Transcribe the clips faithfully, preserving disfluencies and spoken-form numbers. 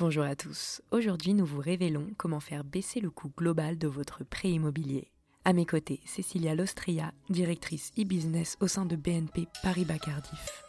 Bonjour à tous, aujourd'hui nous vous révélons comment faire baisser le coût global de votre prêt immobilier. À mes côtés, Cécilia Lostria, directrice e-business au sein de B N P Paribas Cardiff.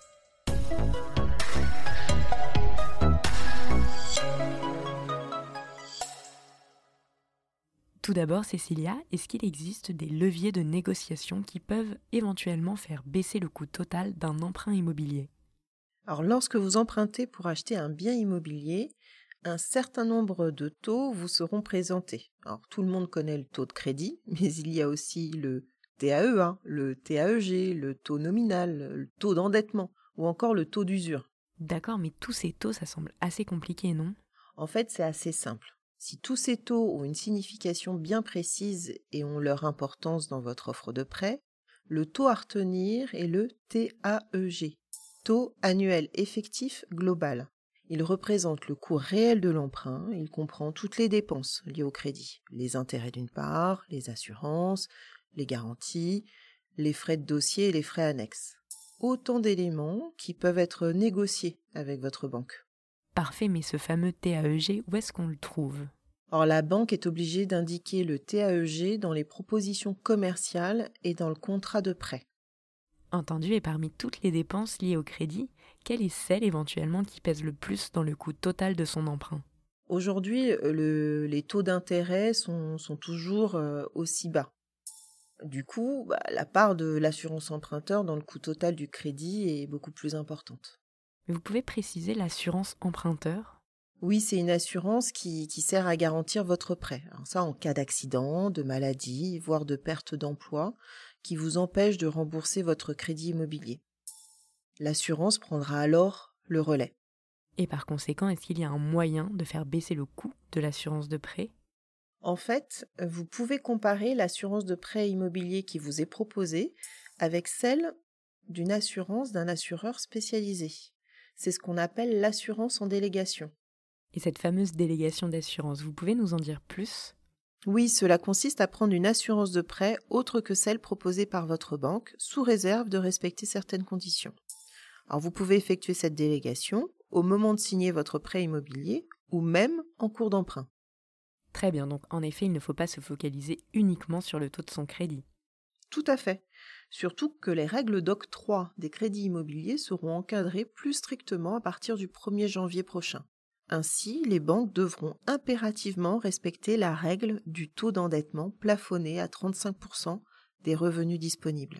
Tout d'abord, Cécilia, est-ce qu'il existe des leviers de négociation qui peuvent éventuellement faire baisser le coût total d'un emprunt immobilier ? Alors, lorsque vous empruntez pour acheter un bien immobilier, un certain nombre de taux vous seront présentés. Alors, tout le monde connaît le taux de crédit, mais il y a aussi le T A E, hein, le T A E G, le taux nominal, le taux d'endettement ou encore le taux d'usure. D'accord, mais tous ces taux, ça semble assez compliqué, non ? En fait, c'est assez simple. Si tous ces taux ont une signification bien précise et ont leur importance dans votre offre de prêt, le taux à retenir est le T A E G, taux annuel effectif global. Il représente le coût réel de l'emprunt, il comprend toutes les dépenses liées au crédit, les intérêts d'une part, les assurances, les garanties, les frais de dossier et les frais annexes. Autant d'éléments qui peuvent être négociés avec votre banque. Parfait, mais ce fameux T A E G, où est-ce qu'on le trouve ? Or, la banque est obligée d'indiquer le T A E G dans les propositions commerciales et dans le contrat de prêt. Entendu, et parmi toutes les dépenses liées au crédit, quelle est celle éventuellement qui pèse le plus dans le coût total de son emprunt ? Aujourd'hui, le, les taux d'intérêt sont, sont toujours euh, aussi bas. Du coup, bah, la part de l'assurance emprunteur dans le coût total du crédit est beaucoup plus importante. Mais vous pouvez préciser l'assurance emprunteur ? Oui, c'est une assurance qui, qui sert à garantir votre prêt. Alors ça, en cas d'accident, de maladie, voire de perte d'emploi, qui vous empêche de rembourser votre crédit immobilier. L'assurance prendra alors le relais. Et par conséquent, est-ce qu'il y a un moyen de faire baisser le coût de l'assurance de prêt ? En fait, vous pouvez comparer l'assurance de prêt immobilier qui vous est proposée avec celle d'une assurance d'un assureur spécialisé. C'est ce qu'on appelle l'assurance en délégation. Et cette fameuse délégation d'assurance, vous pouvez nous en dire plus ? Oui, cela consiste à prendre une assurance de prêt autre que celle proposée par votre banque, sous réserve de respecter certaines conditions. Alors vous pouvez effectuer cette délégation au moment de signer votre prêt immobilier ou même en cours d'emprunt. Très bien, donc en effet, il ne faut pas se focaliser uniquement sur le taux de son crédit. Tout à fait. Surtout que les règles d'octroi des crédits immobiliers seront encadrées plus strictement à partir du premier janvier prochain. Ainsi, les banques devront impérativement respecter la règle du taux d'endettement plafonné à trente-cinq pour cent des revenus disponibles.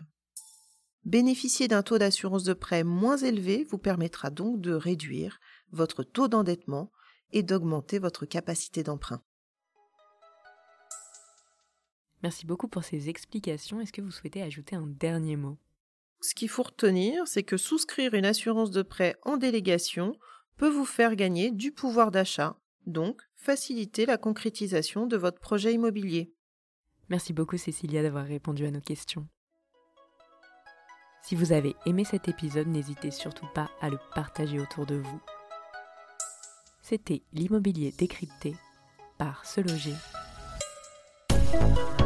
Bénéficier d'un taux d'assurance de prêt moins élevé vous permettra donc de réduire votre taux d'endettement et d'augmenter votre capacité d'emprunt. Merci beaucoup pour ces explications. Est-ce que vous souhaitez ajouter un dernier mot ? Ce qu'il faut retenir, c'est que souscrire une assurance de prêt en délégation peut vous faire gagner du pouvoir d'achat, donc faciliter la concrétisation de votre projet immobilier. Merci beaucoup Cécilia d'avoir répondu à nos questions. Si vous avez aimé cet épisode, n'hésitez surtout pas à le partager autour de vous. C'était l'immobilier décrypté par Se Loger.